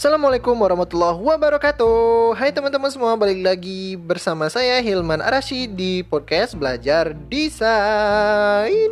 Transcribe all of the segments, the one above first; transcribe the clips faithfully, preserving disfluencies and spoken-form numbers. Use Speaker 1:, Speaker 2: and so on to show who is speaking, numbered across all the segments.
Speaker 1: Assalamualaikum warahmatullahi wabarakatuh. Hai teman-teman semua, balik lagi bersama saya Hilman Arashi di podcast Belajar Desain.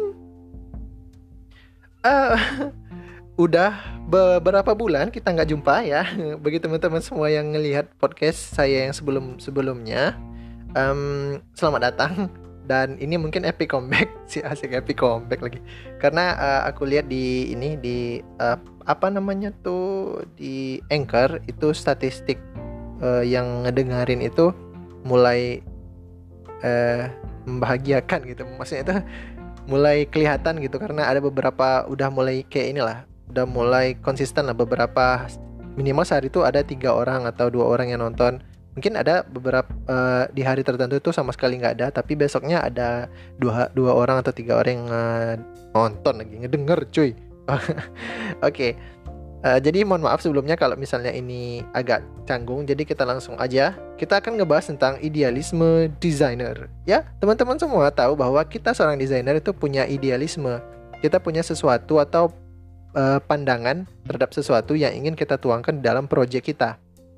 Speaker 1: uh, Udah beberapa bulan kita nggak jumpa ya. Bagi teman-teman semua yang ngelihat podcast saya yang sebelum-sebelumnya, um, selamat datang. Dan ini mungkin epic comeback, si asik epic comeback lagi. Karena uh, aku lihat di ini di uh, apa namanya tuh di Anchor itu statistik uh, yang ngedengerin itu mulai uh, membahagiakan gitu. Maksudnya itu mulai kelihatan gitu, karena ada beberapa udah mulai kayak inilah, udah mulai konsisten lah, beberapa minimal sehari itu ada tiga orang atau dua orang yang nonton. Mungkin ada beberapa uh, di hari tertentu itu sama sekali nggak ada, tapi besoknya ada dua dua orang atau tiga orang yang uh, nonton lagi, ngedenger cuy. Oke, okay. uh, jadi mohon maaf sebelumnya kalau misalnya ini agak canggung. Jadi kita langsung aja, kita akan ngebahas tentang idealisme desainer. Ya, teman-teman semua tahu bahwa kita seorang desainer itu punya idealisme. Kita punya sesuatu atau uh, pandangan terhadap sesuatu yang ingin kita tuangkan di dalam proyek kita.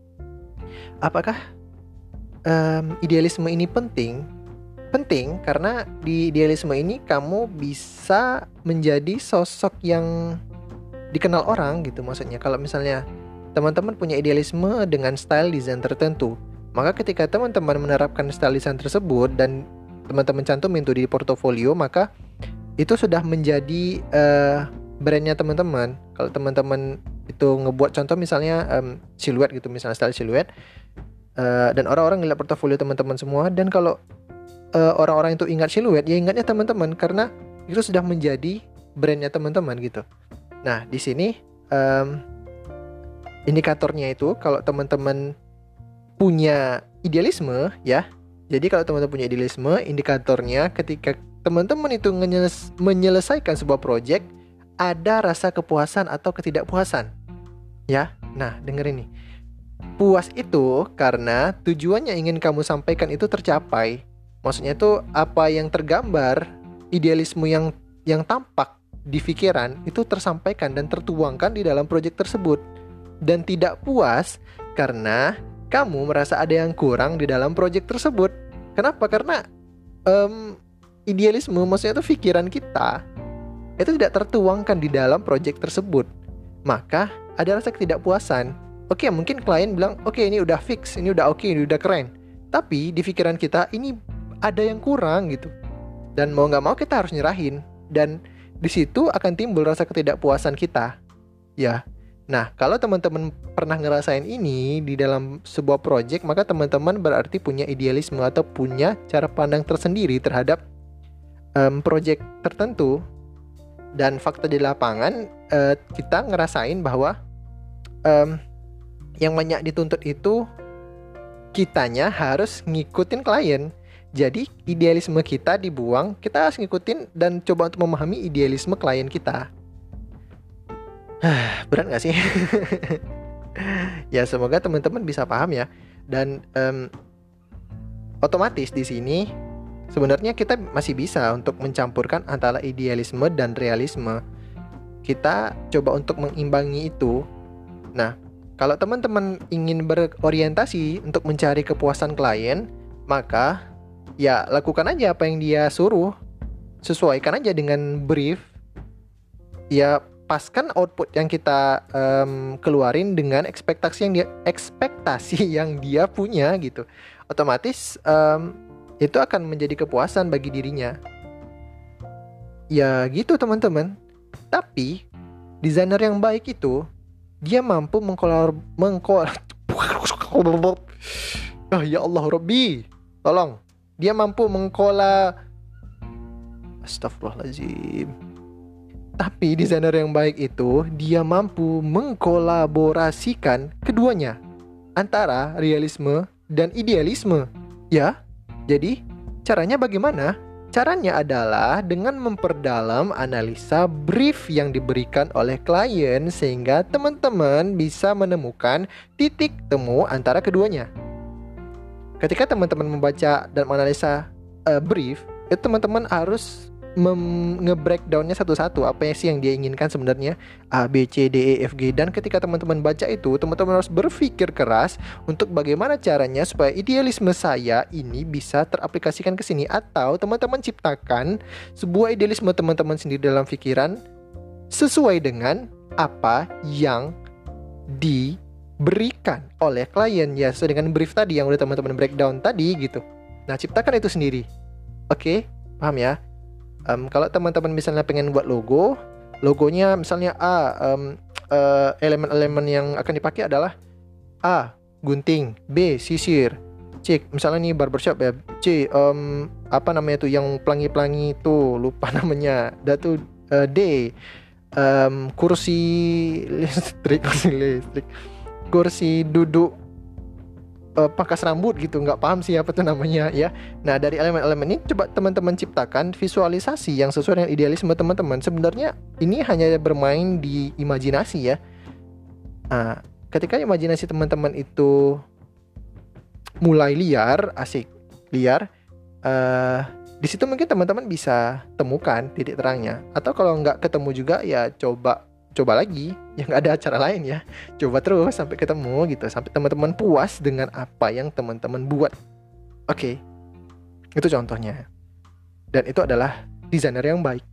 Speaker 1: Apakah um, idealisme ini penting? Penting karena di idealisme ini kamu bisa menjadi sosok yang dikenal orang gitu. Maksudnya kalau misalnya teman-teman punya idealisme dengan style desain tertentu, maka ketika teman-teman menerapkan style desain tersebut dan teman-teman cantumin itu di portofolio, maka itu sudah menjadi uh, brandnya teman-teman. Kalau teman-teman itu ngebuat contoh misalnya um, siluet gitu, misalnya style siluet, uh, dan orang-orang ngeliat portofolio teman-teman semua, dan kalau uh, orang-orang itu ingat siluet, ya ingatnya teman-teman karena itu sudah menjadi brandnya teman-teman gitu. Nah di sini um, indikatornya itu kalau teman-teman punya idealisme ya. Jadi kalau teman-teman punya idealisme, indikatornya ketika teman-teman itu menyeles- menyelesaikan sebuah project, ada rasa kepuasan atau ketidakpuasan. Ya, nah dengerin nih. Puas itu karena tujuannya ingin kamu sampaikan itu tercapai. Maksudnya itu apa yang tergambar, idealisme yang yang tampak di pikiran itu tersampaikan dan tertuangkan di dalam proyek tersebut. Dan tidak puas karena kamu merasa ada yang kurang di dalam proyek tersebut. Kenapa? Karena um, idealisme, maksudnya itu pikiran kita itu tidak tertuangkan di dalam proyek tersebut, maka ada rasa ketidakpuasan. Oke, mungkin klien bilang, oke ini udah fix, ini udah oke, ini udah keren. Tapi di pikiran kita ini ada yang kurang gitu. Dan mau gak mau kita harus nyerahin. Dan di situ akan timbul rasa ketidakpuasan kita. Ya, nah kalau teman-teman pernah ngerasain ini di dalam sebuah proyek, maka teman-teman berarti punya idealisme atau punya cara pandang tersendiri terhadap um, proyek tertentu. Dan fakta di lapangan uh, kita ngerasain bahwa um, yang banyak dituntut itu kitanya harus ngikutin klien. Jadi idealisme kita dibuang, kita harus ngikutin dan coba untuk memahami idealisme klien kita. Berat gak sih? Ya semoga teman-teman bisa paham ya. Dan um, otomatis di sini sebenarnya kita masih bisa untuk mencampurkan antara idealisme dan realisme. Kita coba untuk mengimbangi itu. Nah, kalau teman-teman ingin berorientasi untuk mencari kepuasan klien, maka ya lakukan aja apa yang dia suruh. Sesuaikan aja dengan brief. Ya paskan output yang kita um, keluarin dengan ekspektasi yang dia ekspektasi yang dia punya gitu. Otomatis um, itu akan menjadi kepuasan bagi dirinya. Ya gitu teman-teman. Tapi desainer yang baik itu dia mampu mengkolor mengkol oh, ya Allah Rabbi, tolong. Dia mampu mengkola Astagfirullahaladzim. Tapi desainer yang baik itu dia mampu mengkolaborasikan keduanya, antara realisme dan idealisme. Ya. Jadi, caranya bagaimana? Caranya adalah dengan memperdalam analisa brief yang diberikan oleh klien sehingga teman-teman bisa menemukan titik temu antara keduanya. Ketika teman-teman membaca dan menganalisa uh, brief, itu teman-teman harus mem- nge-breakdownnya satu-satu, apa sih yang dia inginkan sebenarnya, A, B, C, D, E, F, G. Dan ketika teman-teman baca itu, teman-teman harus berpikir keras untuk bagaimana caranya supaya idealisme saya ini bisa teraplikasikan ke sini. Atau teman-teman ciptakan sebuah idealisme teman-teman sendiri dalam pikiran sesuai dengan apa yang diberikan oleh klien, ya sesuai dengan brief tadi yang udah teman-teman breakdown tadi gitu. Nah, ciptakan itu sendiri. Oke, paham ya? Um, kalau teman-teman misalnya pengen buat logo, logonya misalnya A, um, uh, elemen-elemen yang akan dipakai adalah A, gunting, B, sisir, C, misalnya nih barbershop ya, C, um, apa namanya tuh yang pelangi-pelangi tuh, lupa namanya, dah tuh uh, D, um, kursi listrik, kursi listrik, kursi duduk Uh, pangkas rambut gitu, nggak paham sih apa tuh namanya ya. Nah, dari elemen-elemen ini coba teman-teman ciptakan visualisasi yang sesuai dengan idealisme teman-teman. Sebenarnya ini hanya bermain di imajinasi ya. Nah, ketika imajinasi teman-teman itu mulai liar, asik liar, uh, di situ mungkin teman-teman bisa temukan titik terangnya. Atau kalau nggak ketemu juga ya coba coba lagi, yang nggak ada cara lain ya. Coba terus sampai ketemu gitu, sampai teman-teman puas dengan apa yang teman-teman buat. Oke, itu contohnya. Dan itu adalah desainer yang baik.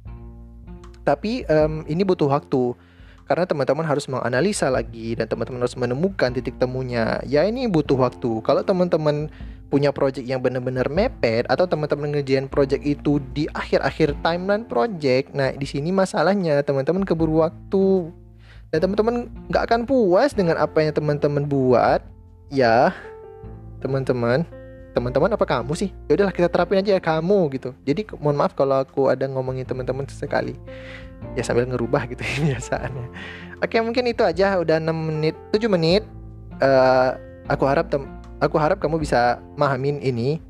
Speaker 1: Tapi um, ini butuh waktu, karena teman-teman harus menganalisa lagi dan teman-teman harus menemukan titik temunya. Ya ini butuh waktu. Kalau teman-teman punya project yang benar-benar mepet, atau teman-teman ngerjain project itu di akhir-akhir timeline project, nah di sini masalahnya teman-teman keburu waktu dan teman-teman nggak akan puas dengan apa yang teman-teman buat. Ya teman-teman, teman-teman apa kamu sih? Ya udahlah, kita terapin aja ya kamu gitu. Jadi mohon maaf kalau aku ada ngomongin teman-teman sesekali, ya sambil ngerubah gitu biasaannya. Oke, mungkin itu aja, udah enam menit, tujuh menit. uh, Aku harap tem- Aku harap kamu bisa mahamin ini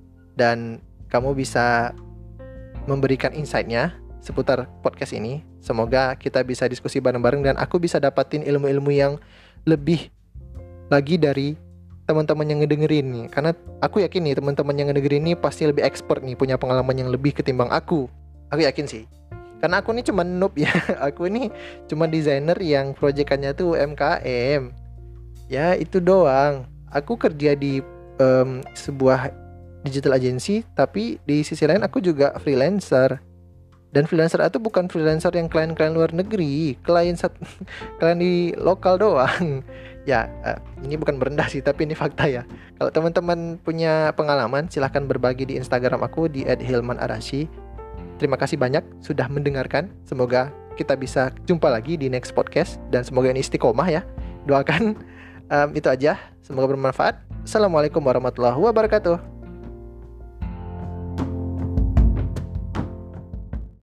Speaker 1: dan kamu bisa memberikan insight-nya seputar podcast ini. Semoga kita bisa diskusi bareng-bareng dan aku bisa dapatin ilmu-ilmu yang lebih lagi dari teman-teman yang ngedengerin nih. Karena aku yakin nih teman-teman yang ngedengerin ini pasti lebih expert nih, punya pengalaman yang lebih ketimbang aku. Aku yakin sih. Karena aku ini cuma noob ya. Aku ini cuma desainer yang proyekannya tuh U M K M. Ya itu doang. Aku kerja di um, sebuah digital agency, tapi di sisi lain aku juga freelancer. Dan freelancer itu bukan freelancer yang klien-klien luar negeri, klien sat- klien di lokal doang. Ya, uh, ini bukan merendah sih, tapi ini fakta ya. Kalau teman-teman punya pengalaman, silahkan berbagi di Instagram aku di et hilman arashi. Terima kasih banyak sudah mendengarkan. Semoga kita bisa jumpa lagi di next podcast dan semoga ini istiqomah ya. Doakan. Um, itu aja, semoga bermanfaat. Assalamualaikum warahmatullahi wabarakatuh.